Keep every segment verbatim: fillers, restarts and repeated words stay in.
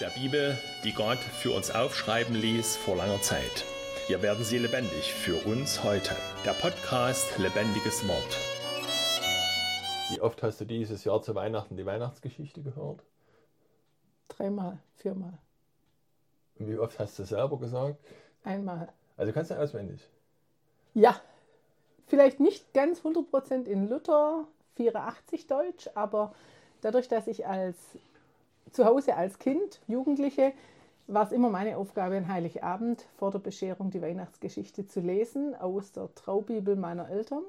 der Bibel, die Gott für uns aufschreiben ließ vor langer Zeit. Hier werden sie lebendig für uns heute. Der Podcast Lebendiges Wort. Wie oft hast du dieses Jahr zu Weihnachten die Weihnachtsgeschichte gehört? Dreimal, viermal. Und wie oft hast du selber gesagt? Einmal. Also kannst du auswendig? Ja, vielleicht nicht ganz hundert Prozent in Luther, vierundachtzig Deutsch, aber dadurch, dass ich als zu Hause als Kind, Jugendliche, war es immer meine Aufgabe, an Heiligabend vor der Bescherung die Weihnachtsgeschichte zu lesen aus der Traubibel meiner Eltern.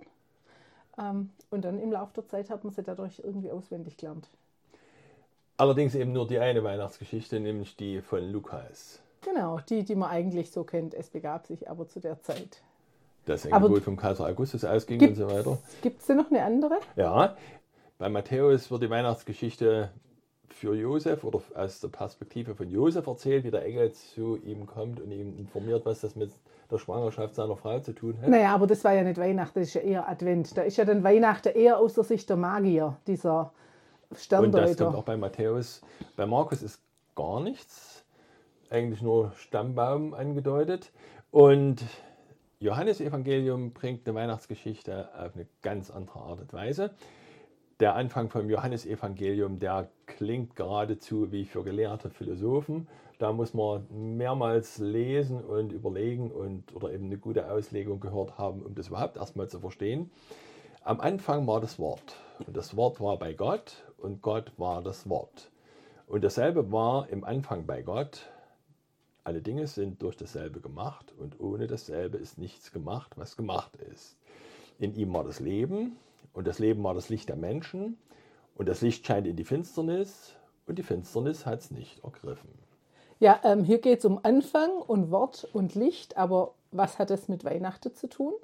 Und dann im Laufe der Zeit hat man sie dadurch irgendwie auswendig gelernt. Allerdings eben nur die eine Weihnachtsgeschichte, nämlich die von Lukas. Genau, die, die man eigentlich so kennt. Es begab sich aber zu der Zeit. Das Angebot vom Kaiser Augustus ausging und so weiter. Gibt es denn noch eine andere? Ja, bei Matthäus wird die Weihnachtsgeschichte für Josef oder aus der Perspektive von Josef erzählt, wie der Engel zu ihm kommt und ihm informiert, was das mit der Schwangerschaft seiner Frau zu tun hat. Naja, aber das war ja nicht Weihnachten, das ist ja eher Advent. Da ist ja dann Weihnachten eher aus der Sicht der Magier, dieser Sterndeuter. Und das kommt auch bei Matthäus. Bei Markus ist gar nichts, eigentlich nur Stammbaum angedeutet. Und Johannesevangelium bringt eine Weihnachtsgeschichte auf eine ganz andere Art und Weise. Der Anfang vom Johannesevangelium, der klingt geradezu wie für gelehrte Philosophen. Da muss man mehrmals lesen und überlegen und oder eben eine gute Auslegung gehört haben, um das überhaupt erstmal zu verstehen. Am Anfang war das Wort und das Wort war bei Gott und Gott war das Wort. Und dasselbe war im Anfang bei Gott. Alle Dinge sind durch dasselbe gemacht und ohne dasselbe ist nichts gemacht, was gemacht ist. In ihm war das Leben. Und das Leben war das Licht der Menschen. Und das Licht scheint in die Finsternis. Und die Finsternis hat es nicht ergriffen. Ja, ähm, hier geht es um Anfang und Wort und Licht. Aber was hat das mit Weihnachten zu tun?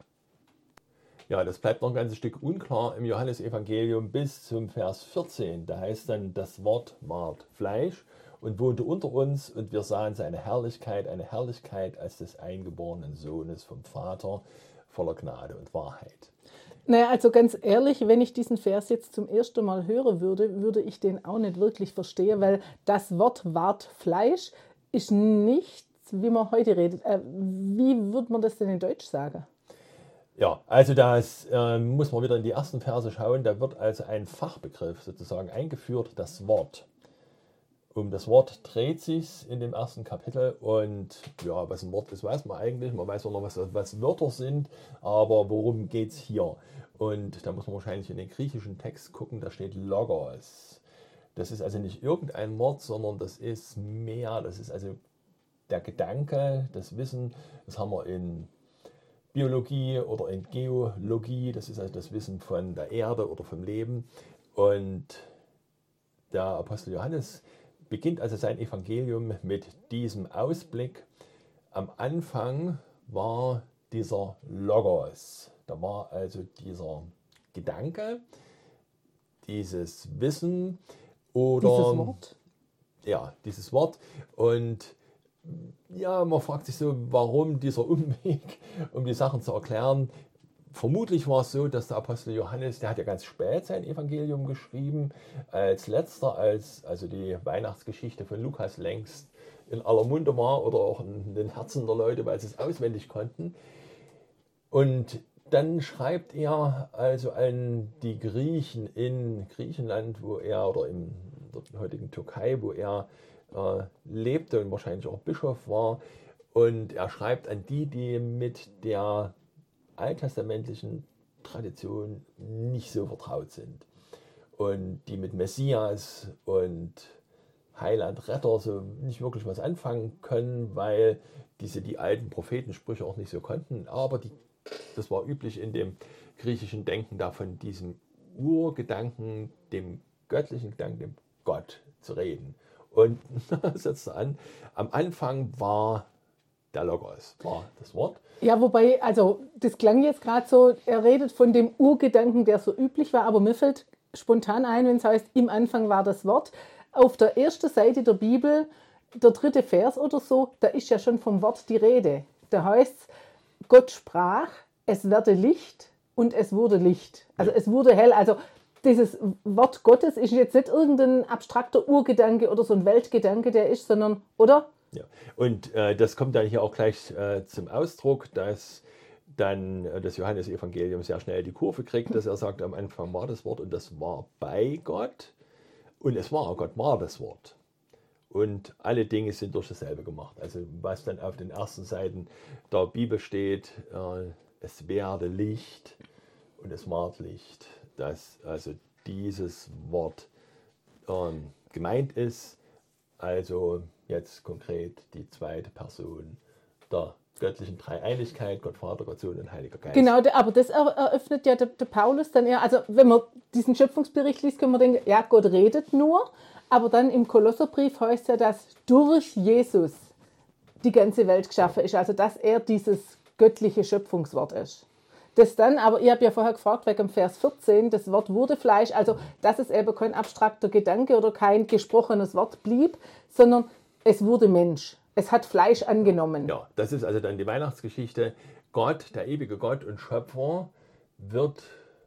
Ja, das bleibt noch ein ganzes Stück unklar im Johannesevangelium bis zum Vers vierzehn. Da heißt dann, das Wort ward Fleisch und wohnte unter uns. Und wir sahen seine Herrlichkeit, eine Herrlichkeit als des eingeborenen Sohnes vom Vater, voller Gnade und Wahrheit. Naja, also ganz ehrlich, wenn ich diesen Vers jetzt zum ersten Mal hören würde, würde ich den auch nicht wirklich verstehen, weil das Wort ward Fleisch ist nichts, wie man heute redet. Äh, wie würde man das denn in Deutsch sagen? Ja, also da äh, muss man wieder in die ersten Verse schauen. Da wird also ein Fachbegriff sozusagen eingeführt, das Wort. Um das Wort dreht sich in dem ersten Kapitel und ja, was ein Wort ist, weiß man eigentlich. Man weiß auch noch, was, was Wörter sind, aber worum geht es hier? Und da muss man wahrscheinlich in den griechischen Text gucken, da steht Logos. Das ist also nicht irgendein Wort, sondern das ist mehr, das ist also der Gedanke, das Wissen, das haben wir in Biologie oder in Geologie, das ist also das Wissen von der Erde oder vom Leben. Und der Apostel Johannes beginnt also sein Evangelium mit diesem Ausblick. Am Anfang war dieser Logos, da war also dieser Gedanke, dieses Wissen oder dieses Wort. Ja, dieses Wort. Und ja, man fragt sich so, warum dieser Umweg, um die Sachen zu erklären. Vermutlich war es so, dass der Apostel Johannes, der hat ja ganz spät sein Evangelium geschrieben, als letzter, als also die Weihnachtsgeschichte von Lukas längst in aller Munde war oder auch in den Herzen der Leute, weil sie es auswendig konnten. Und dann schreibt er also an die Griechen in Griechenland, wo er, oder in der heutigen Türkei, wo er äh, lebte und wahrscheinlich auch Bischof war. Und er schreibt an die, die mit der alttestamentlichen Tradition nicht so vertraut sind und die mit Messias und Heiland, Retter so nicht wirklich was anfangen können, weil diese die alten Prophetensprüche auch nicht so konnten. Aber die, das war üblich in dem griechischen Denken, da von diesem Urgedanken, dem göttlichen Gedanken, dem Gott zu reden. Und setzt er an, am Anfang war der Logos, war das Wort. Ja, wobei, also das klang jetzt gerade so, er redet von dem Urgedanken, der so üblich war, aber mir fällt spontan ein, wenn es heißt, im Anfang war das Wort. Auf der ersten Seite der Bibel, der dritte Vers oder so, da ist ja schon vom Wort die Rede. Da heißt es, Gott sprach, es werde Licht und es wurde Licht. Also es wurde hell. Also dieses Wort Gottes ist jetzt nicht irgendein abstrakter Urgedanke oder so ein Weltgedanke, der ist, sondern, oder? Ja. Und äh, das kommt dann hier auch gleich äh, zum Ausdruck, dass dann äh, das Johannesevangelium sehr schnell die Kurve kriegt, dass er sagt, am Anfang war das Wort und das war bei Gott und es war, Gott war das Wort. Und alle Dinge sind durch dasselbe gemacht. Also was dann auf den ersten Seiten der Bibel steht, äh, es werde Licht und es ward Licht, dass also dieses Wort ähm, gemeint ist, also jetzt konkret die zweite Person der göttlichen Dreieinigkeit, Gott Vater, Gott Sohn und Heiliger Geist. Genau, aber das eröffnet ja der, der Paulus dann eher, also wenn man diesen Schöpfungsbericht liest, können wir denken, ja, Gott redet nur, aber dann im Kolosserbrief heißt ja, dass durch Jesus die ganze Welt geschaffen ist, also dass er dieses göttliche Schöpfungswort ist. Das dann, aber ihr habt ja vorher gefragt, wegen dem Vers vierzehn, das Wort wurde Fleisch, also dass es eben kein abstrakter Gedanke oder kein gesprochenes Wort blieb, sondern es wurde Mensch. Es hat Fleisch angenommen. Ja, das ist also dann die Weihnachtsgeschichte. Gott, der ewige Gott und Schöpfer, wird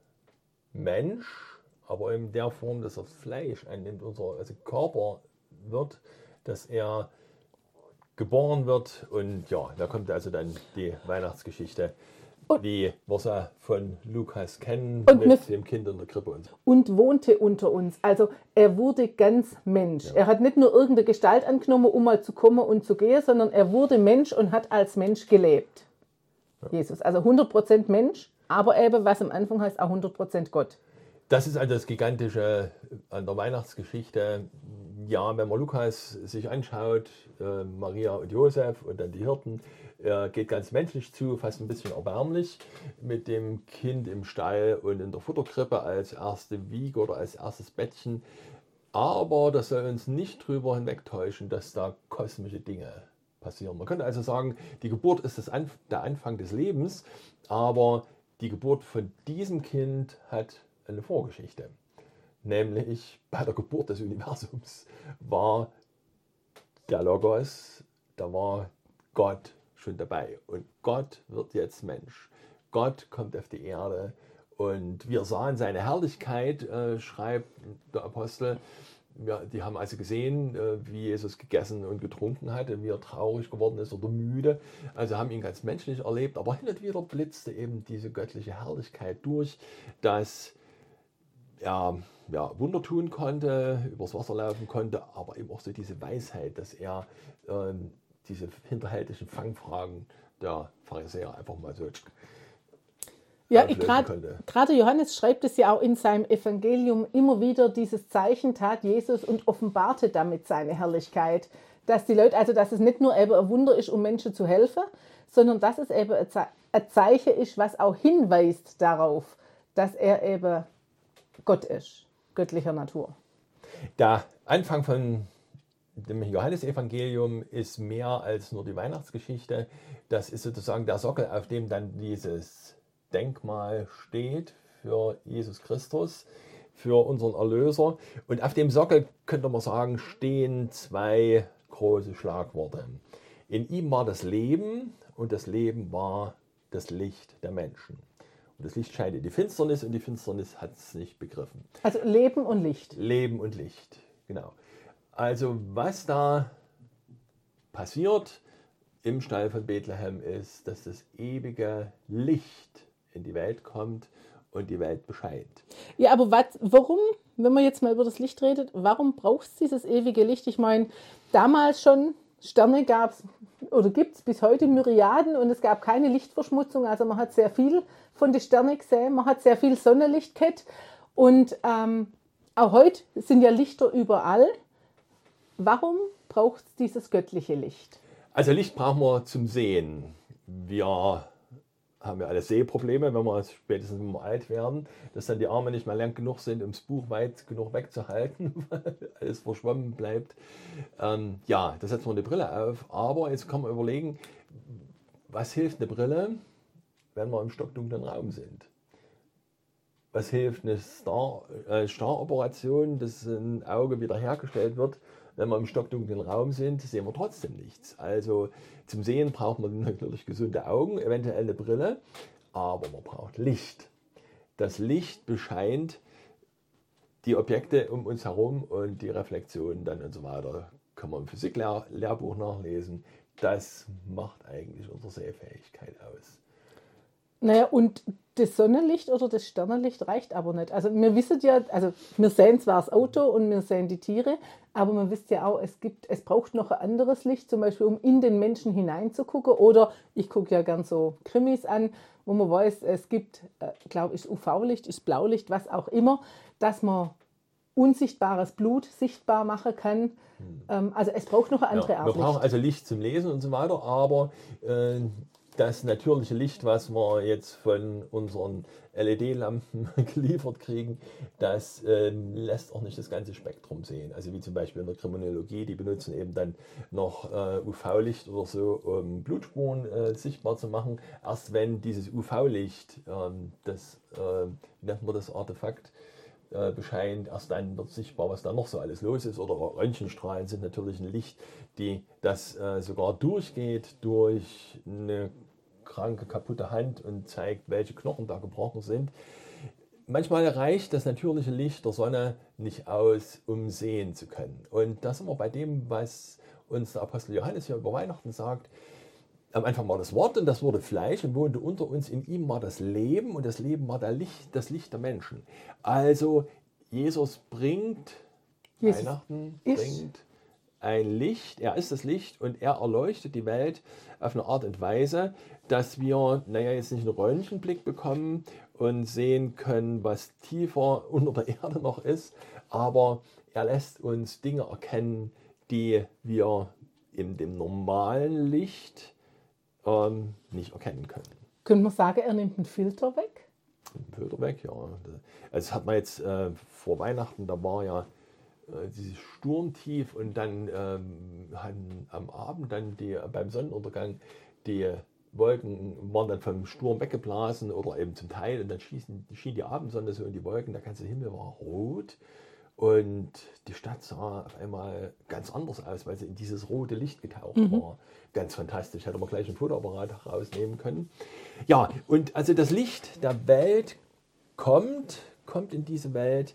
Mensch, aber in der Form, dass er Fleisch annimmt, unser also Körper wird, dass er geboren wird. Und ja, da kommt also dann die Weihnachtsgeschichte, und wie wir sie von Lukas kennen, und mit dem Kind in der Krippe. Und, so. und wohnte unter uns. Also er wurde ganz Mensch. Ja. Er hat nicht nur irgendeine Gestalt angenommen, um mal zu kommen und zu gehen, sondern er wurde Mensch und hat als Mensch gelebt. Ja. Jesus, also hundert Prozent Mensch, aber eben, was am Anfang heißt, auch hundert Prozent Gott. Das ist also das Gigantische an der Weihnachtsgeschichte. Ja, wenn man Lukas sich anschaut, äh, Maria und Josef und dann die Hirten, äh, geht ganz menschlich zu, fast ein bisschen erbärmlich, mit dem Kind im Stall und in der Futterkrippe als erste Wiege oder als erstes Bettchen. Aber das soll uns nicht drüber hinwegtäuschen, dass da kosmische Dinge passieren. Man könnte also sagen, die Geburt ist das Anf- der Anfang des Lebens, aber die Geburt von diesem Kind hat eine Vorgeschichte. Nämlich bei der Geburt des Universums war der Logos, da war Gott schon dabei. Und Gott wird jetzt Mensch. Gott kommt auf die Erde und wir sahen seine Herrlichkeit, äh, schreibt der Apostel. Ja, die haben also gesehen, äh, wie Jesus gegessen und getrunken hatte, wie er traurig geworden ist oder müde. Also haben ihn ganz menschlich erlebt, aber hin und wieder blitzte eben diese göttliche Herrlichkeit durch, dass er ja, Wunder tun konnte, übers Wasser laufen konnte, aber eben auch so diese Weisheit, dass er äh, diese hinterhältigen Fangfragen der Pharisäer einfach mal so ja, gerade Johannes schreibt es ja auch in seinem Evangelium immer wieder, dieses Zeichen tat Jesus und offenbarte damit seine Herrlichkeit. Dass die Leute, also dass es nicht nur eben ein Wunder ist, um Menschen zu helfen, sondern dass es eben ein Zeichen ist, was auch hinweist darauf, dass er eben Gott ist, göttlicher Natur. Der Anfang von dem Johannesevangelium ist mehr als nur die Weihnachtsgeschichte. Das ist sozusagen der Sockel, auf dem dann dieses Denkmal steht für Jesus Christus, für unseren Erlöser. Und auf dem Sockel, könnte man sagen, stehen zwei große Schlagworte. In ihm war das Leben und das Leben war das Licht der Menschen. Und das Licht scheint in die Finsternis und die Finsternis hat es nicht begriffen. Also Leben und Licht. Leben und Licht, genau. Also was da passiert im Stall von Bethlehem ist, dass das ewige Licht in die Welt kommt und die Welt bescheint. Ja, aber was, warum, wenn man jetzt mal über das Licht redet, warum braucht es dieses ewige Licht? Ich meine, damals schon Sterne gab es oder gibt es bis heute Myriaden und es gab keine Lichtverschmutzung. Also man hat sehr viel von den Sternen gesehen, man hat sehr viel Sonnenlicht gehabt und ähm, auch heute sind ja Lichter überall. Warum braucht es dieses göttliche Licht? Also Licht brauchen wir zum Sehen. Wir haben ja alle Sehprobleme, wenn wir spätestens wenn wir alt werden, dass dann die Arme nicht mehr lang genug sind, um das Buch weit genug wegzuhalten, weil alles verschwommen bleibt. Ähm, ja, da setzen wir eine Brille auf. Aber jetzt kann man überlegen, was hilft eine Brille, wenn wir im stockdunklen Raum sind? Was hilft eine Star, äh, Staroperation, dass ein Auge wiederhergestellt wird? Wenn wir im stockdunklen Raum sind, sehen wir trotzdem nichts. Also zum Sehen braucht man natürlich gesunde Augen, eventuell eine Brille, aber man braucht Licht. Das Licht bescheint die Objekte um uns herum und die Reflexionen dann und so weiter, kann man im Physik-Lehrbuch nachlesen. Das macht eigentlich unsere Sehfähigkeit aus. Naja, und das Sonnenlicht oder das Sternenlicht reicht aber nicht. Also wir wissen ja, also wir sehen zwar das Auto und wir sehen die Tiere, aber man wisst ja auch, es gibt, es braucht noch ein anderes Licht, zum Beispiel um in den Menschen hineinzugucken. Oder ich gucke ja gern so Krimis an, wo man weiß, es gibt, äh, glaube ich, U V-Licht, ist Blaulicht, was auch immer, dass man unsichtbares Blut sichtbar machen kann. Hm. Ähm, also es braucht noch eine andere ja, Art wir Licht. brauchen also Licht zum Lesen und so weiter, aber äh, das natürliche Licht, was wir jetzt von unseren L E D-Lampen geliefert kriegen, das äh, lässt auch nicht das ganze Spektrum sehen. Also wie zum Beispiel in der Kriminologie, die benutzen eben dann noch äh, U V-Licht oder so, um Blutspuren äh, sichtbar zu machen. Erst wenn dieses U V-Licht, äh, das, äh, wie nennt man das Artefakt, äh, bescheint, erst dann wird sichtbar, was da noch so alles los ist. Oder Röntgenstrahlen sind natürlich ein Licht, die das äh, sogar durchgeht durch eine kranke, kaputte Hand und zeigt, welche Knochen da gebrochen sind. Manchmal reicht das natürliche Licht der Sonne nicht aus, um sehen zu können. Und da sind wir bei dem, was uns der Apostel Johannes hier über Weihnachten sagt. Am Anfang war das Wort und das wurde Fleisch und wohnte unter uns. In ihm war das Leben und das Leben war der Licht, das Licht der Menschen. Also Jesus bringt, Jesus Weihnachten bringt ein Licht, er ist das Licht und er erleuchtet die Welt auf eine Art und Weise, dass wir, naja, jetzt nicht einen Röntgenblick bekommen und sehen können, was tiefer unter der Erde noch ist, aber er lässt uns Dinge erkennen, die wir in dem normalen Licht ähm, nicht erkennen können. Können wir sagen, er nimmt einen Filter weg? Einen Filter weg, ja. Also das hat man jetzt äh, vor Weihnachten, da war ja dieses Sturmtief und dann ähm, am Abend dann die, beim Sonnenuntergang die Wolken waren dann vom Sturm weggeblasen oder eben zum Teil und dann schießen, schien die Abendsonne so in die Wolken, der ganze Himmel war rot und die Stadt sah auf einmal ganz anders aus, weil sie in dieses rote Licht getaucht mhm. war. Ganz fantastisch, hätte man gleich einen Fotoapparat rausnehmen können. Ja, und also das Licht der Welt kommt, kommt in diese Welt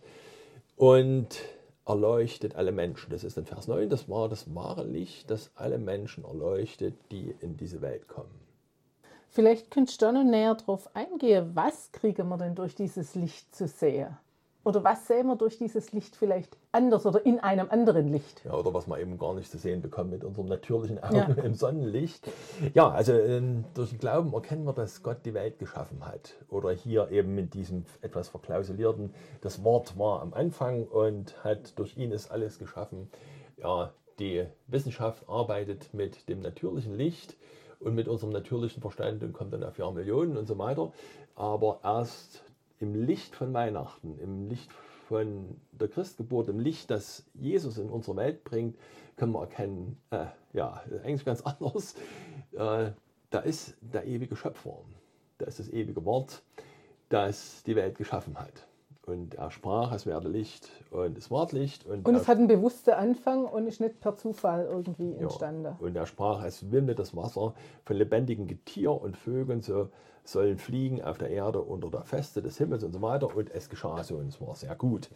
und erleuchtet alle Menschen. Das ist in Vers neun, das war das wahre Licht, das alle Menschen erleuchtet, die in diese Welt kommen. Vielleicht könntest du noch näher darauf eingehen, was kriegen wir denn durch dieses Licht zu sehen? Oder was sehen wir durch dieses Licht vielleicht anders oder in einem anderen Licht? Ja, oder was wir eben gar nicht zu sehen bekommen mit unserem natürlichen Auge ja. im Sonnenlicht. Ja, also äh, durch den Glauben erkennen wir, dass Gott die Welt geschaffen hat. Oder hier eben mit diesem etwas verklausulierten, das Wort war am Anfang und hat durch ihn ist alles geschaffen. Ja, die Wissenschaft arbeitet mit dem natürlichen Licht und mit unserem natürlichen Verstand und kommt dann auf Jahrmillionen und so weiter. Aber erst im Licht von Weihnachten, im Licht von der Christgeburt, im Licht, das Jesus in unsere Welt bringt, können wir erkennen, äh, ja, eigentlich ganz anders. Äh, da ist der ewige Schöpfer, da ist das ewige Wort, das die Welt geschaffen hat. Und er sprach, es werde Licht und es ward Licht. Und, und es hat einen bewussten Anfang und ist nicht per Zufall irgendwie entstanden. Ja, und er sprach, es wimmelte das Wasser von lebendigen Getier und Vögeln, so sollen fliegen auf der Erde unter der Feste des Himmels und so weiter. Und es geschah so und es war sehr gut.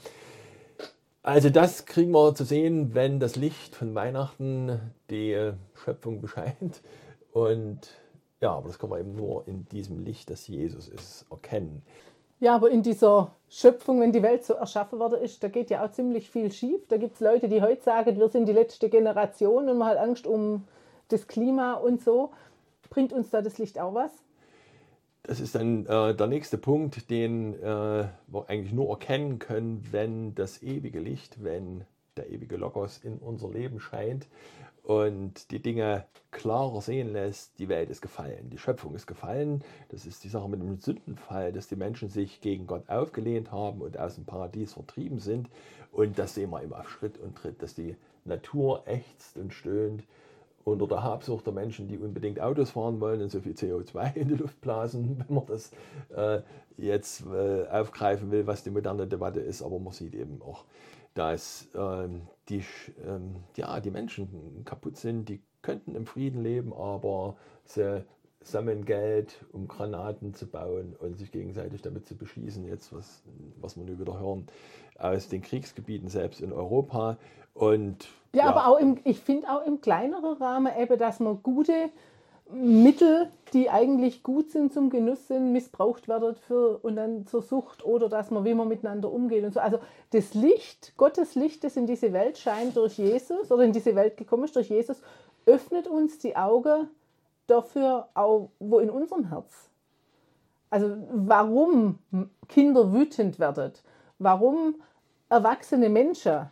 Also das kriegen wir zu sehen, wenn das Licht von Weihnachten die Schöpfung bescheint. Und ja, aber das kann man eben nur in diesem Licht, das Jesus ist, erkennen. Ja, aber in dieser Schöpfung, wenn die Welt so erschaffen worden ist, da geht ja auch ziemlich viel schief. Da gibt es Leute, die heute sagen, wir sind die letzte Generation und man hat Angst um das Klima und so. Bringt uns da das Licht auch was? Das ist dann äh, der nächste Punkt, den äh, wir eigentlich nur erkennen können, wenn das ewige Licht, wenn der ewige Logos in unser Leben scheint und die Dinge klarer sehen lässt. Die Welt ist gefallen, die Schöpfung ist gefallen. Das ist die Sache mit dem Sündenfall, dass die Menschen sich gegen Gott aufgelehnt haben und aus dem Paradies vertrieben sind. Und das sehen wir immer auf Schritt und Tritt, dass die Natur ächzt und stöhnt unter der Habsucht der Menschen, die unbedingt Autos fahren wollen und so viel C O zwei in die Luft blasen, wenn man das äh, jetzt äh, aufgreifen will, was die moderne Debatte ist. Aber man sieht eben auch, dass ähm, die, ähm, ja, die Menschen kaputt sind, die könnten im Frieden leben, aber sie sammeln Geld, um Granaten zu bauen und sich gegenseitig damit zu beschießen. Jetzt, was, was wir nun wieder hören, aus den Kriegsgebieten, selbst in Europa. Und, ja, ja, aber auch im, ich finde auch im kleineren Rahmen eben, dass man gute Mittel, die eigentlich gut sind zum Genuss sind, missbraucht werden für, und dann zur Sucht oder dass man, wie man miteinander umgeht und so. Also das Licht, Gottes Licht, das in diese Welt scheint durch Jesus oder in diese Welt gekommen ist durch Jesus, öffnet uns die Augen dafür, auch wo in unserem Herz. Also warum Kinder wütend werden, warum erwachsene Menschen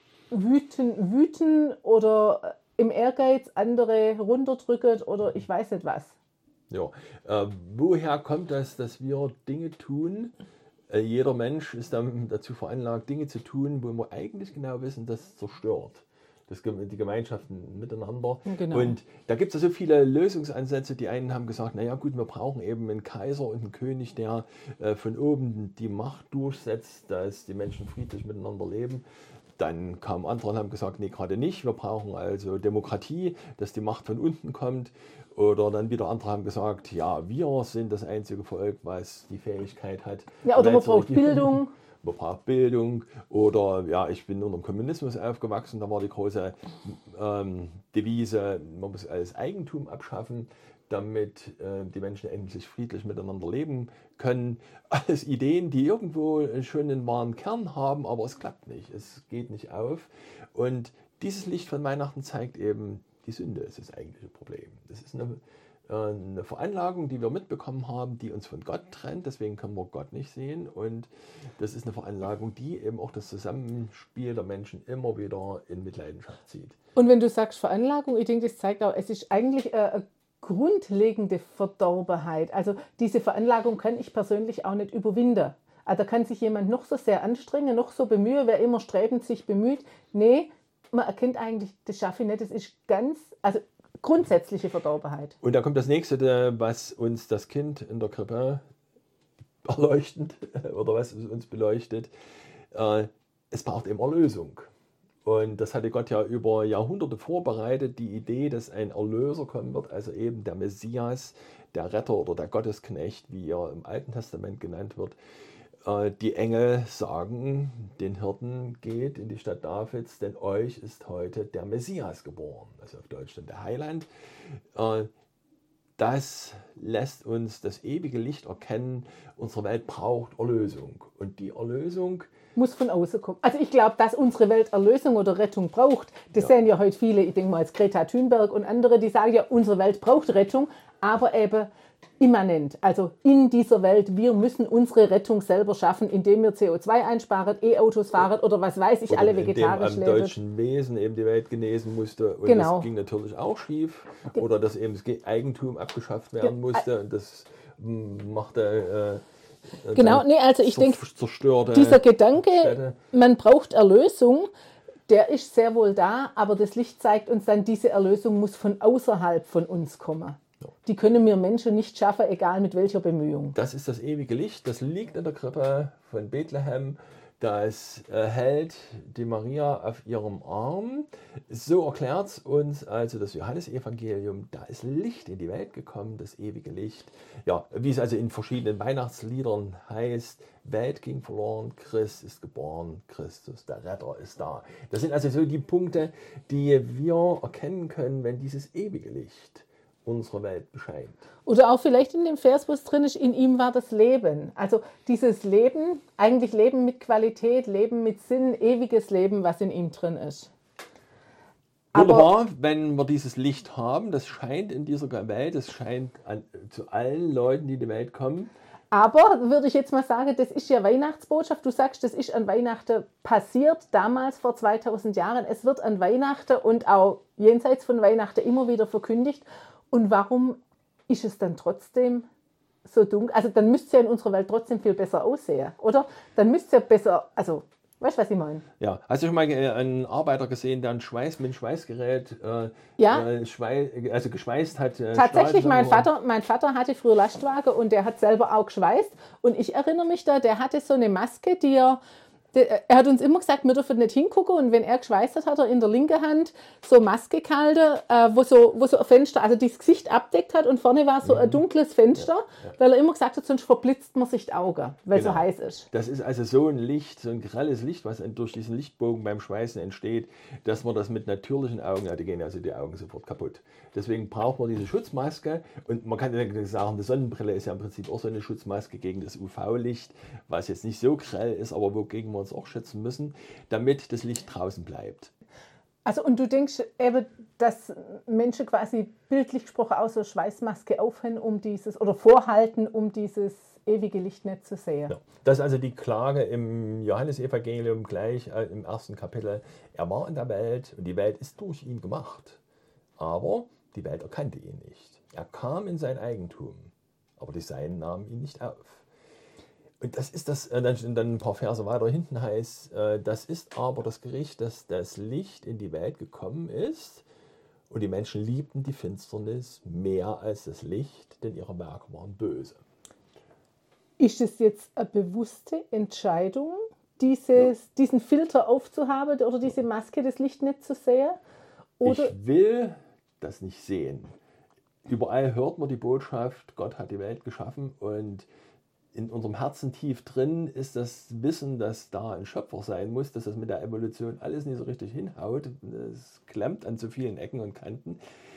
wüten, wüten oder im Ehrgeiz andere runterdrücken oder ich weiß nicht was. Ja, äh, woher kommt das, dass wir Dinge tun? Äh, jeder Mensch ist dann dazu veranlagt, Dinge zu tun, wo wir eigentlich genau wissen, das zerstört das, die Gemeinschaften miteinander. Genau. Und da gibt es ja so viele Lösungsansätze. Die einen haben gesagt, naja gut, wir brauchen eben einen Kaiser und einen König, der äh, von oben die Macht durchsetzt, dass die Menschen friedlich miteinander leben. Dann kamen andere und haben gesagt, nee, gerade nicht. Wir brauchen also Demokratie, dass die Macht von unten kommt. Oder dann wieder andere haben gesagt, ja, wir sind das einzige Volk, was die Fähigkeit hat. Ja, oder man braucht Bildung. Man braucht Bildung. Oder ja, ich bin unter dem Kommunismus aufgewachsen, da war die große ähm, Devise, man muss alles Eigentum abschaffen, damit äh, die Menschen endlich friedlich miteinander leben können. Alles Ideen, die irgendwo schon einen wahren Kern haben, aber es klappt nicht, es geht nicht auf. Und dieses Licht von Weihnachten zeigt eben, die Sünde ist das eigentliche Problem. Das ist eine, äh, eine Veranlagung, die wir mitbekommen haben, die uns von Gott trennt, deswegen können wir Gott nicht sehen. Und das ist eine Veranlagung, die eben auch das Zusammenspiel der Menschen immer wieder in Mitleidenschaft zieht. Und wenn du sagst Veranlagung, ich denke, das zeigt auch, es ist eigentlich äh, grundlegende Verdorbenheit. Also diese Veranlagung kann ich persönlich auch nicht überwinden. Also da kann sich jemand noch so sehr anstrengen, noch so bemühen, wer immer strebend sich bemüht. Nee, man erkennt eigentlich, das schaffe ich nicht. Das ist ganz, also grundsätzliche Verdorbenheit. Und da kommt das Nächste, was uns das Kind in der Krippe erleuchtet oder was uns beleuchtet. Es braucht eben Erlösung. Und das hatte Gott ja über Jahrhunderte vorbereitet, die Idee, dass ein Erlöser kommen wird, also eben der Messias, der Retter oder der Gottesknecht, wie er im Alten Testament genannt wird. Die Engel sagen den Hirten, geht in die Stadt Davids, denn euch ist heute der Messias geboren, also auf Deutsch dann der Heiland. Das lässt uns das ewige Licht erkennen, unsere Welt braucht Erlösung. Und die Erlösung muss von außen kommen. Also ich glaube, dass unsere Welt Erlösung oder Rettung braucht. Das ja. sehen ja heute viele, ich denke mal als Greta Thunberg und andere, die sagen ja, unsere Welt braucht Rettung, aber eben immanent. Also in dieser Welt, wir müssen unsere Rettung selber schaffen, indem wir C O zwei einsparen, E-Autos fahren oder was weiß ich, oder alle vegetarisch leben. Am deutschen Wesen eben die Welt genesen musste und genau. das ging natürlich auch schief. Oder dass eben das Eigentum abgeschafft werden musste und das machte... Äh, Genau, nee, also ich denke, dieser Gedanke, Städte. Man braucht Erlösung, der ist sehr wohl da, aber das Licht zeigt uns dann, diese Erlösung muss von außerhalb von uns kommen. Ja. Die können wir Menschen nicht schaffen, egal mit welcher Bemühung. Das ist das ewige Licht, das liegt in der Krippe von Bethlehem. Das hält die Maria auf ihrem Arm. So erklärt es uns also das Johannesevangelium. Da ist Licht in die Welt gekommen, das ewige Licht. Ja, wie es also in verschiedenen Weihnachtsliedern heißt, Welt ging verloren, Christ ist geboren, Christus, der Retter ist da. Das sind also so die Punkte, die wir erkennen können, wenn dieses ewige Licht unsere Welt bescheint. Oder auch vielleicht in dem Vers, wo es drin ist, in ihm war das Leben. Also dieses Leben, eigentlich Leben mit Qualität, Leben mit Sinn, ewiges Leben, was in ihm drin ist. Wunderbar, wenn wir dieses Licht haben, das scheint in dieser Welt, das scheint an, zu allen Leuten, die in die Welt kommen. Aber würde ich jetzt mal sagen, das ist ja Weihnachtsbotschaft. Du sagst, das ist an Weihnachten passiert, damals vor zweitausend Jahren. Es wird an Weihnachten und auch jenseits von Weihnachten immer wieder verkündigt. Und warum ist es dann trotzdem so dunkel? Also dann müsste es ja in unserer Welt trotzdem viel besser aussehen, oder? Dann müsste es ja besser, also weißt du, was ich meine? Ja, hast du schon mal einen Arbeiter gesehen, der einen Schweiß mit einem Schweißgerät äh, ja. äh, schweiß, also geschweißt hat? Äh, Tatsächlich, mein Vater, mein Vater hatte früher Lastwagen und der hat selber auch geschweißt. Und ich erinnere mich da, der hatte so eine Maske, die er Der, er hat uns immer gesagt, wir dürfen nicht hingucken, und wenn er geschweißt hat, hat er in der linken Hand so eine Maske gehalten, äh, wo, so, wo so ein Fenster, also das Gesicht abdeckt hat, und vorne war so ein dunkles Fenster, ja, ja. weil er immer gesagt hat, sonst verblitzt man sich die Augen, weil es genau. so heiß ist. Das ist also so ein Licht, so ein grelles Licht, was durch diesen Lichtbogen beim Schweißen entsteht, dass man das mit natürlichen Augen, ja, die gehen also die Augen sofort kaputt. Deswegen braucht man diese Schutzmaske, und man kann ja sagen, die Sonnenbrille ist ja im Prinzip auch so eine Schutzmaske gegen das U V-Licht, was jetzt nicht so grell ist, aber wogegen man uns auch schützen müssen, damit das Licht draußen bleibt. Also und du denkst eben, dass Menschen quasi bildlich gesprochen auch so Schweißmaske aufhängen, um dieses, oder vorhalten, um dieses ewige Licht nicht zu sehen. Ja. Das ist also die Klage im Johannesevangelium gleich äh, im ersten Kapitel. Er war in der Welt und die Welt ist durch ihn gemacht. Aber die Welt erkannte ihn nicht. Er kam in sein Eigentum, aber die Seinen nahmen ihn nicht auf. Und das ist das, dann, dann ein paar Verse weiter hinten heißt, das ist aber das Gericht, dass das Licht in die Welt gekommen ist und die Menschen liebten die Finsternis mehr als das Licht, denn ihre Werke waren böse. Ist es jetzt eine bewusste Entscheidung, dieses, ja. diesen Filter aufzuhaben oder diese Maske, das Licht nicht zu sehen? Oder? Ich will das nicht sehen. Überall hört man die Botschaft, Gott hat die Welt geschaffen, und in unserem Herzen tief drin ist das Wissen, dass da ein Schöpfer sein muss, dass das mit der Evolution alles nicht so richtig hinhaut. Es klemmt an so vielen Ecken und Kanten.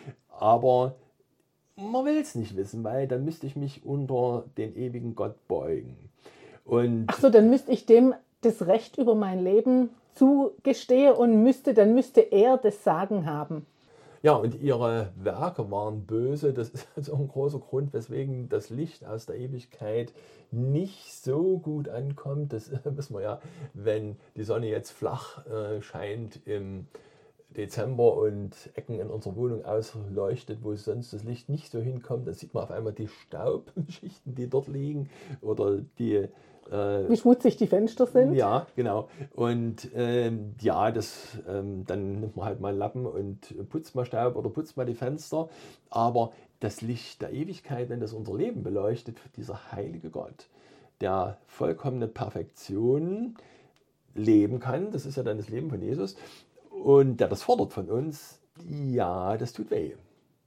Aber man will es nicht wissen, weil dann müsste ich mich unter den ewigen Gott beugen. Und Ach so, dann müsste ich dem das Recht über mein Leben zugestehen und müsste, dann müsste er das Sagen haben. Ja, und ihre Werke waren böse. Das ist also ein großer Grund, weswegen das Licht aus der Ewigkeit nicht so gut ankommt. Das wissen wir ja, wenn die Sonne jetzt flach äh, scheint im Dezember und Ecken in unserer Wohnung ausleuchtet, wo sonst das Licht nicht so hinkommt, dann sieht man auf einmal die Staubschichten, die dort liegen, oder die wie schmutzig die Fenster sind. Ja, genau. Und ähm, ja, das, ähm, dann nimmt man halt mal einen Lappen und putzt mal Staub oder putzt mal die Fenster. Aber das Licht der Ewigkeit, wenn das unser Leben beleuchtet, dieser heilige Gott, der vollkommene Perfektion leben kann, das ist ja dann das Leben von Jesus, und der das fordert von uns, ja, das tut weh.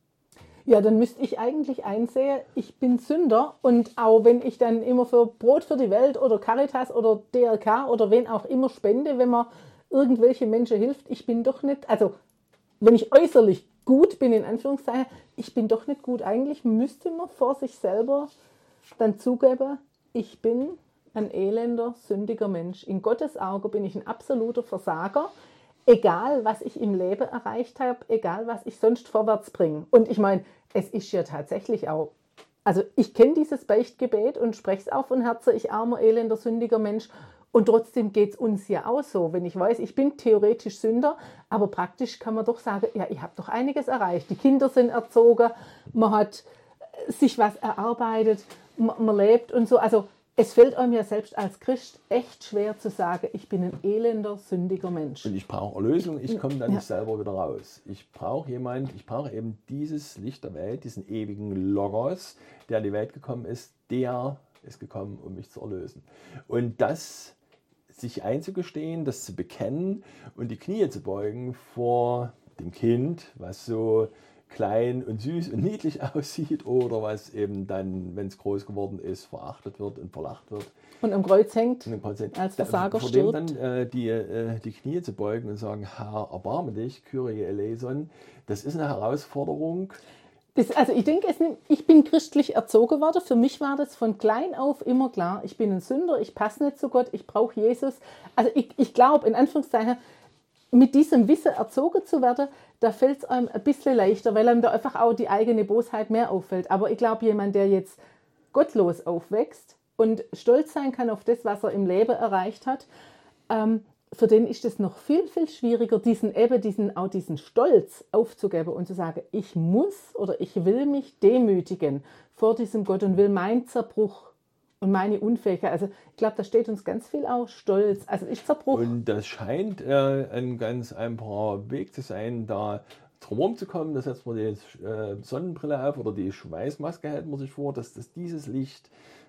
Ja, dann müsste ich eigentlich einsehen, ich bin Sünder, und auch wenn ich dann immer für Brot für die Welt oder Caritas oder D R K oder wen auch immer spende, wenn man irgendwelche Menschen hilft, ich bin doch nicht, also wenn ich äußerlich gut bin, in Anführungszeichen, ich bin doch nicht gut. Eigentlich müsste man vor sich selber dann zugeben, ich bin ein elender, sündiger Mensch. In Gottes Auge bin ich ein absoluter Versager. Egal, was ich im Leben erreicht habe, egal, was ich sonst vorwärts bringe. Und ich meine, es ist ja tatsächlich auch, also ich kenne dieses Beichtgebet und spreche es auch von Herzen, ich armer, elender, sündiger Mensch. Und trotzdem geht es uns ja auch so, wenn ich weiß, ich bin theoretisch Sünder, aber praktisch kann man doch sagen, ja, ich habe doch einiges erreicht. Die Kinder sind erzogen, man hat sich was erarbeitet, man, man lebt und so. Also es fällt einem ja selbst als Christ echt schwer zu sagen, ich bin ein elender, sündiger Mensch. Und ich brauche Erlösung, ich komme da nicht ja. selber wieder raus. Ich brauche jemanden, ich brauche eben dieses Licht der Welt, diesen ewigen Logos, der in die Welt gekommen ist, der ist gekommen, um mich zu erlösen. Und das sich einzugestehen, das zu bekennen und die Knie zu beugen vor dem Kind, was so klein und süß und niedlich aussieht oder was eben dann, wenn es groß geworden ist, verachtet wird und verlacht wird. Und am Kreuz hängt, und am Kreuz hängt. als Versager vor stirbt. Dem dann äh, die, äh, die Knie zu beugen und sagen, Herr, erbarme dich, Kyrie eleison, das ist eine Herausforderung. Das, also ich denke, es, ich bin christlich erzogen worden. Für mich war das von klein auf immer klar, ich bin ein Sünder, ich passe nicht zu Gott, ich brauche Jesus. Also ich, ich glaube, in Anführungszeichen, mit diesem Wissen erzogen zu werden, da fällt es einem ein bisschen leichter, weil einem da einfach auch die eigene Bosheit mehr auffällt. Aber ich glaube, jemand, der jetzt gottlos aufwächst und stolz sein kann auf das, was er im Leben erreicht hat, ähm, für den ist es noch viel, viel schwieriger, diesen eben diesen, auch diesen Stolz aufzugeben und zu sagen, ich muss oder ich will mich demütigen vor diesem Gott und will meinen Zerbruch und meine Unfähigkeit. Also ich glaube, da steht uns ganz viel auch Stolz. Also ist Zerbruch. Und das scheint äh, ein ganz einfacher Weg zu sein, da drumherum zu kommen. Da setzt man die äh, Sonnenbrille auf oder die Schweißmaske hält man sich vor, dass das dieses Licht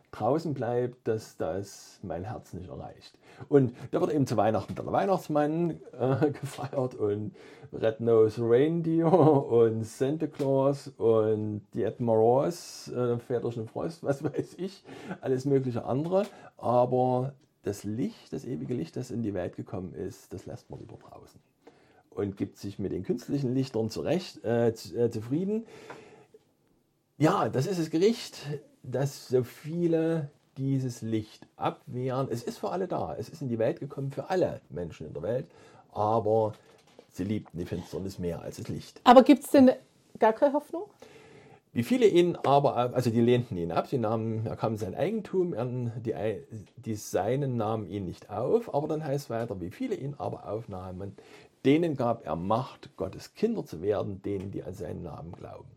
draußen bleibt, dass das mein Herz nicht erreicht. Und da wird eben zu Weihnachten der Weihnachtsmann äh, gefeiert und Red-Nosed Reindeer und Santa Claus und die Ed Moroz, äh, Väterchen Frost, was weiß ich, alles mögliche andere. Aber das Licht, das ewige Licht, das in die Welt gekommen ist, das lässt man lieber draußen und gibt sich mit den künstlichen Lichtern zurecht, äh, äh, zufrieden. Ja, das ist das Gericht, dass so viele dieses Licht abwehren. Es ist für alle da. Es ist in die Welt gekommen für alle Menschen in der Welt. Aber sie liebten die Finsternis mehr als das Licht. Aber gibt es denn gar keine Hoffnung? Wie viele ihn aber, also die lehnten ihn ab. Sie nahmen, er kam in sein Eigentum, die, die Seinen nahmen ihn nicht auf. Aber dann heißt es weiter, wie viele ihn aber aufnahmen, denen gab er Macht, Gottes Kinder zu werden, denen, die an seinen Namen glauben.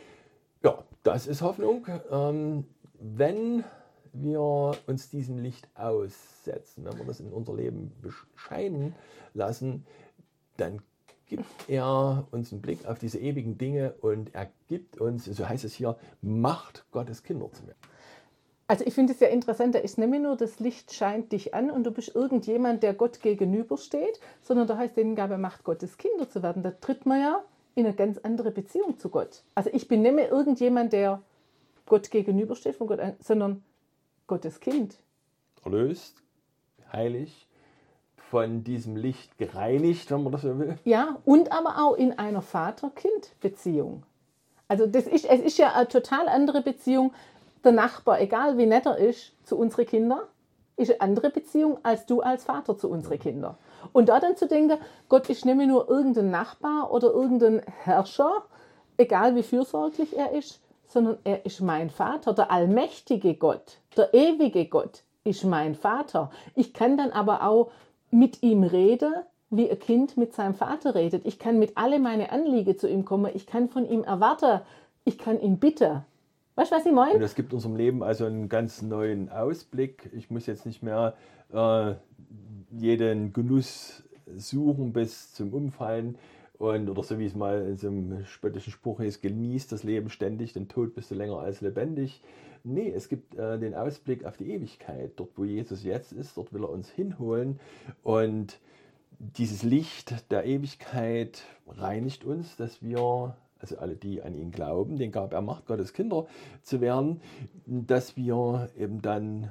Ja, das ist Hoffnung. Ähm, wenn wir uns diesem Licht aussetzen, wenn wir das in unser Leben bescheinen lassen, dann gibt er uns einen Blick auf diese ewigen Dinge und er gibt uns, so heißt es hier, Macht, Gottes Kinder zu werden. Also ich finde es ja interessant, da ist nicht mehr nur, das Licht scheint dich an und du bist irgendjemand, der Gott gegenübersteht, sondern da heißt, denen gab er Macht, Gottes Kinder zu werden. Da tritt man ja in eine ganz andere Beziehung zu Gott. Also ich bin nicht mehr irgendjemand, der Gott gegenübersteht, von Gott an, sondern Gottes Kind. Erlöst, heilig, von diesem Licht gereinigt, wenn man das so will. Ja, und aber auch in einer Vater-Kind-Beziehung. Also das ist, es ist ja eine total andere Beziehung. Der Nachbar, egal wie nett er ist, zu unseren Kindern, ist eine andere Beziehung als du als Vater zu unseren Kindern. Und da dann zu denken, Gott ist nicht mehr nur irgendein Nachbar oder irgendein Herrscher, egal wie fürsorglich er ist, sondern er ist mein Vater, der allmächtige Gott, der ewige Gott ist mein Vater. Ich kann dann aber auch mit ihm reden, wie ein Kind mit seinem Vater redet. Ich kann mit alle meine Anliegen zu ihm kommen. Ich kann von ihm erwarten. Ich kann ihn bitten. Weißt du, was ich meine? Und das gibt unserem Leben also einen ganz neuen Ausblick. Ich muss jetzt nicht mehr äh, jeden Genuss suchen bis zum Umfallen. Und, oder so wie es mal in so einem spöttischen Spruch ist, genießt das Leben ständig, denn tot bist du länger als lebendig. Nee, es gibt äh, den Ausblick auf die Ewigkeit. Dort, wo Jesus jetzt ist, dort will er uns hinholen. Und dieses Licht der Ewigkeit reinigt uns, dass wir, also alle, die an ihn glauben, denen gab er Macht, Gottes Kinder zu werden, dass wir eben dann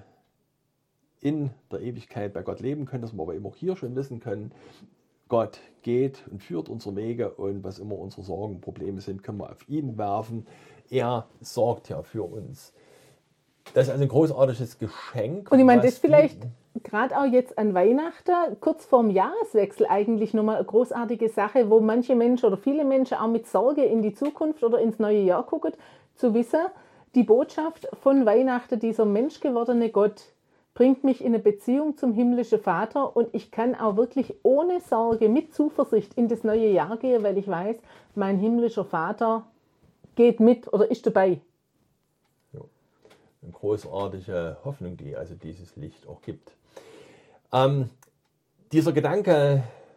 in der Ewigkeit bei Gott leben können, dass wir aber eben auch hier schon wissen können, Gott geht und führt unsere Wege und was immer unsere Sorgen, Probleme sind, können wir auf ihn werfen. Er sorgt ja für uns. Das ist also ein großartiges Geschenk. Und ich meine, das vielleicht gerade auch jetzt an Weihnachten, kurz vorm Jahreswechsel eigentlich nochmal eine großartige Sache, wo manche Menschen oder viele Menschen auch mit Sorge in die Zukunft oder ins neue Jahr gucken, zu wissen, die Botschaft von Weihnachten, dieser menschgewordene Gott, bringt mich in eine Beziehung zum himmlischen Vater und ich kann auch wirklich ohne Sorge, mit Zuversicht in das neue Jahr gehen, weil ich weiß, mein himmlischer Vater geht mit oder ist dabei. Ja, eine großartige Hoffnung, die also dieses Licht auch gibt. Ähm, dieser Gedanke,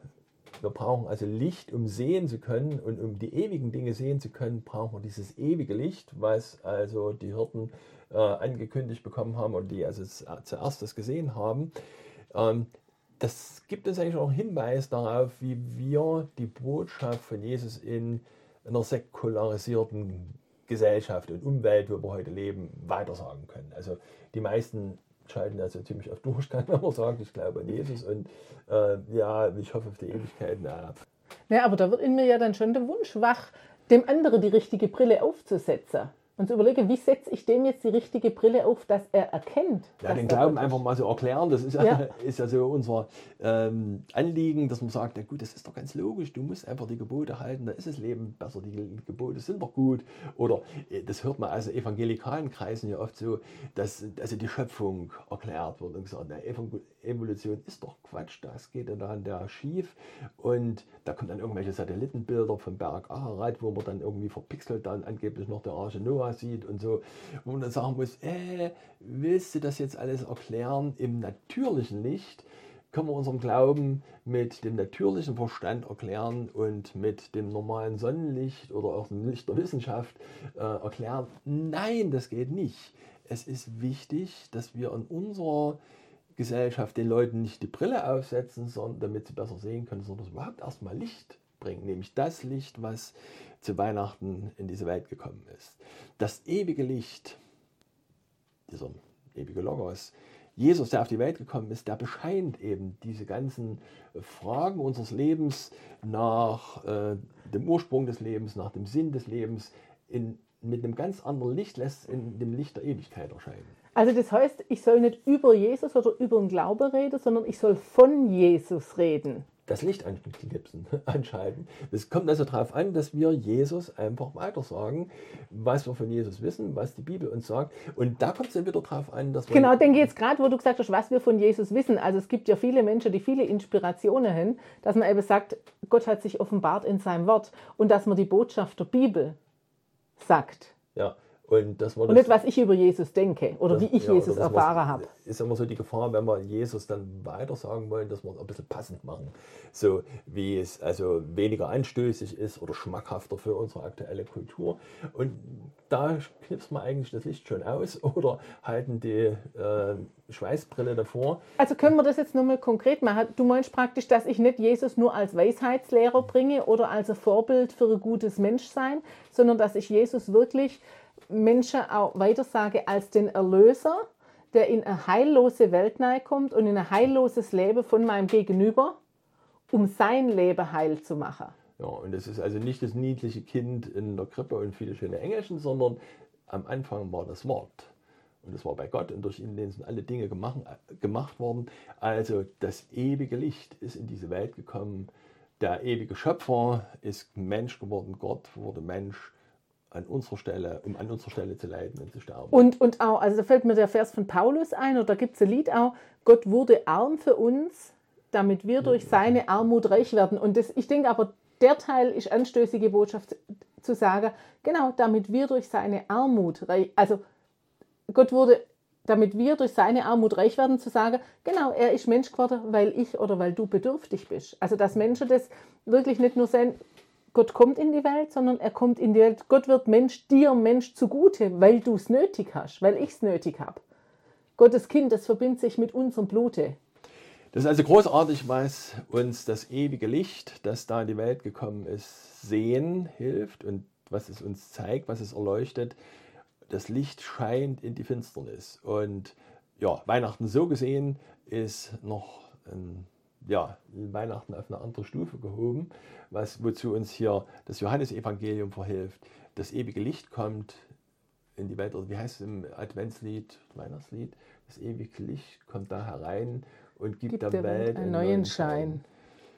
wir brauchen also Licht, um sehen zu können und um die ewigen Dinge sehen zu können, brauchen wir dieses ewige Licht, was also die Hirten äh, angekündigt bekommen haben und die also zuerst das gesehen haben. Ähm, das gibt uns eigentlich auch einen Hinweis darauf, wie wir die Botschaft von Jesus in einer säkularisierten Gesellschaft und Umwelt, wo wir heute leben, weitersagen können. Also die meisten schalten also ziemlich auf Durchgang, wenn man sagt, ich glaube an Jesus und äh, ja, ich hoffe auf die Ewigkeit. Na. Ja, aber da wird in mir ja dann schon der Wunsch wach, dem anderen die richtige Brille aufzusetzen. Und zu überlegen, wie setze ich dem jetzt die richtige Brille auf, dass er erkennt. Ja, den Glauben einfach mal so erklären, das ist ja, ja. ist ja so unser ähm, Anliegen, dass man sagt, ja gut, das ist doch ganz logisch, du musst einfach die Gebote halten, da ist das Leben besser, die Gebote sind doch gut. Oder das hört man also evangelikalen Kreisen ja oft so, dass also die Schöpfung erklärt wird und gesagt, na, Evolution ist doch Quatsch, das geht dann da schief. Und da kommen dann irgendwelche Satellitenbilder vom Berg Ararat, wo man dann irgendwie verpixelt dann angeblich noch der Arche Noah sieht und so, wo man dann sagen muss, äh, willst du das jetzt alles erklären im natürlichen Licht? Können wir unseren Glauben mit dem natürlichen Verstand erklären und mit dem normalen Sonnenlicht oder auch dem Licht der Wissenschaft äh, erklären? Nein, das geht nicht. es ist wichtig, dass wir in unserer Gesellschaft den Leuten nicht die Brille aufsetzen, sondern damit sie besser sehen können, sondern überhaupt erstmal Licht bringen, nämlich das Licht, was zu Weihnachten in diese Welt gekommen ist. Das ewige Licht, dieser ewige Logos, Jesus, der auf die Welt gekommen ist, der bescheint eben diese ganzen Fragen unseres Lebens nach äh, dem Ursprung des Lebens, nach dem Sinn des Lebens, in, mit einem ganz anderen Licht, lässt in dem Licht der Ewigkeit erscheinen. Also das heißt, ich soll nicht über Jesus oder über den Glaube reden, sondern ich soll von Jesus reden. Das Licht anknipsen, anschalten. Es kommt also darauf an, dass wir Jesus einfach weitersagen, was wir von Jesus wissen, was die Bibel uns sagt. Und da kommt es dann wieder darauf an, dass wir... Genau, denke jetzt gerade, wo du gesagt hast, was wir von Jesus wissen. Also es gibt ja viele Menschen, die viele Inspirationen haben, dass man eben sagt, Gott hat sich offenbart in seinem Wort und dass man die Botschaft der Bibel sagt. Ja. Und, dass man und das, nicht, was ich über Jesus denke oder das, wie ich ja, Jesus erfahren habe. Ist immer so die Gefahr, wenn wir Jesus dann weiter sagen wollen, dass wir es ein bisschen passend machen. So wie es also weniger anstößig ist oder schmackhafter für unsere aktuelle Kultur. Und da knipst man eigentlich das Licht schon aus oder halten die äh, Schweißbrille davor. Also können wir das jetzt nochmal konkret machen? Du meinst praktisch, dass ich nicht Jesus nur als Weisheitslehrer bringe oder als ein Vorbild für ein gutes Menschsein, sondern dass ich Jesus wirklich Menschen auch weitersage als den Erlöser, der in eine heillose Welt kommt und in ein heilloses Leben von meinem Gegenüber, um sein Leben heil zu machen. Ja, und das ist also nicht das niedliche Kind in der Krippe und viele schöne Engelchen, sondern am Anfang war das Wort. Und das war bei Gott und durch ihn sind alle Dinge gemacht, gemacht worden. Also das ewige Licht ist in diese Welt gekommen. Der ewige Schöpfer ist Mensch geworden. Gott wurde Mensch an unserer Stelle, um an unserer Stelle zu leiden und zu sterben. Und, und auch, also da fällt mir der Vers von Paulus ein, oder da gibt es ein Lied auch, Gott wurde arm für uns, damit wir durch seine Armut reich werden. Und das, ich denke aber, der Teil ist anstößige Botschaft zu sagen, genau, damit wir durch seine Armut reich, also Gott wurde, damit wir durch seine Armut reich werden, zu sagen, genau, er ist Mensch geworden, weil ich oder weil du bedürftig bist. Also dass Menschen das wirklich nicht nur sehen, Gott kommt in die Welt, sondern er kommt in die Welt. Gott wird Mensch, dir Mensch zugute, weil du es nötig hast, weil ich es nötig habe. Gottes Kind, das verbindet sich mit unserem Blute. Das ist also großartig, was uns das ewige Licht, das da in die Welt gekommen ist, sehen hilft und was es uns zeigt, was es erleuchtet. Das Licht scheint in die Finsternis. Und ja, Weihnachten so gesehen ist noch ein Ja, Weihnachten auf eine andere Stufe gehoben, was, wozu uns hier das Johannesevangelium verhilft. Das ewige Licht kommt in die Welt, oder wie heißt es im Adventslied, Weihnachtslied? Das ewige Licht kommt da herein und gibt, gibt der, der Welt einen neuen Schein. Schein.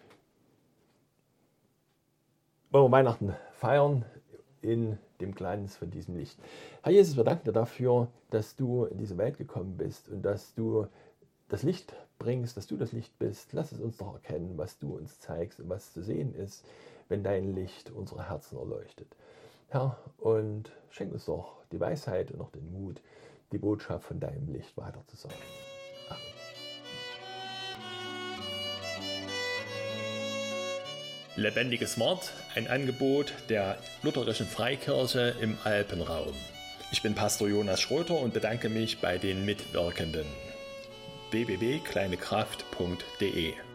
Wollen wir Weihnachten feiern in dem Glanz von diesem Licht. Herr Jesus, wir danken dir dafür, dass du in diese Welt gekommen bist und dass du das Licht bringst, dass du das Licht bist. Lass es uns doch erkennen, was du uns zeigst und was zu sehen ist, wenn dein Licht unsere Herzen erleuchtet. Herr, und schenk uns doch die Weisheit und auch den Mut, die Botschaft von deinem Licht weiterzusagen. Amen. Lebendiges Wort, ein Angebot der Lutherischen Freikirche im Alpenraum. Ich bin Pastor Jonas Schröter und bedanke mich bei den Mitwirkenden. w w w punkt kleine kraft punkt d e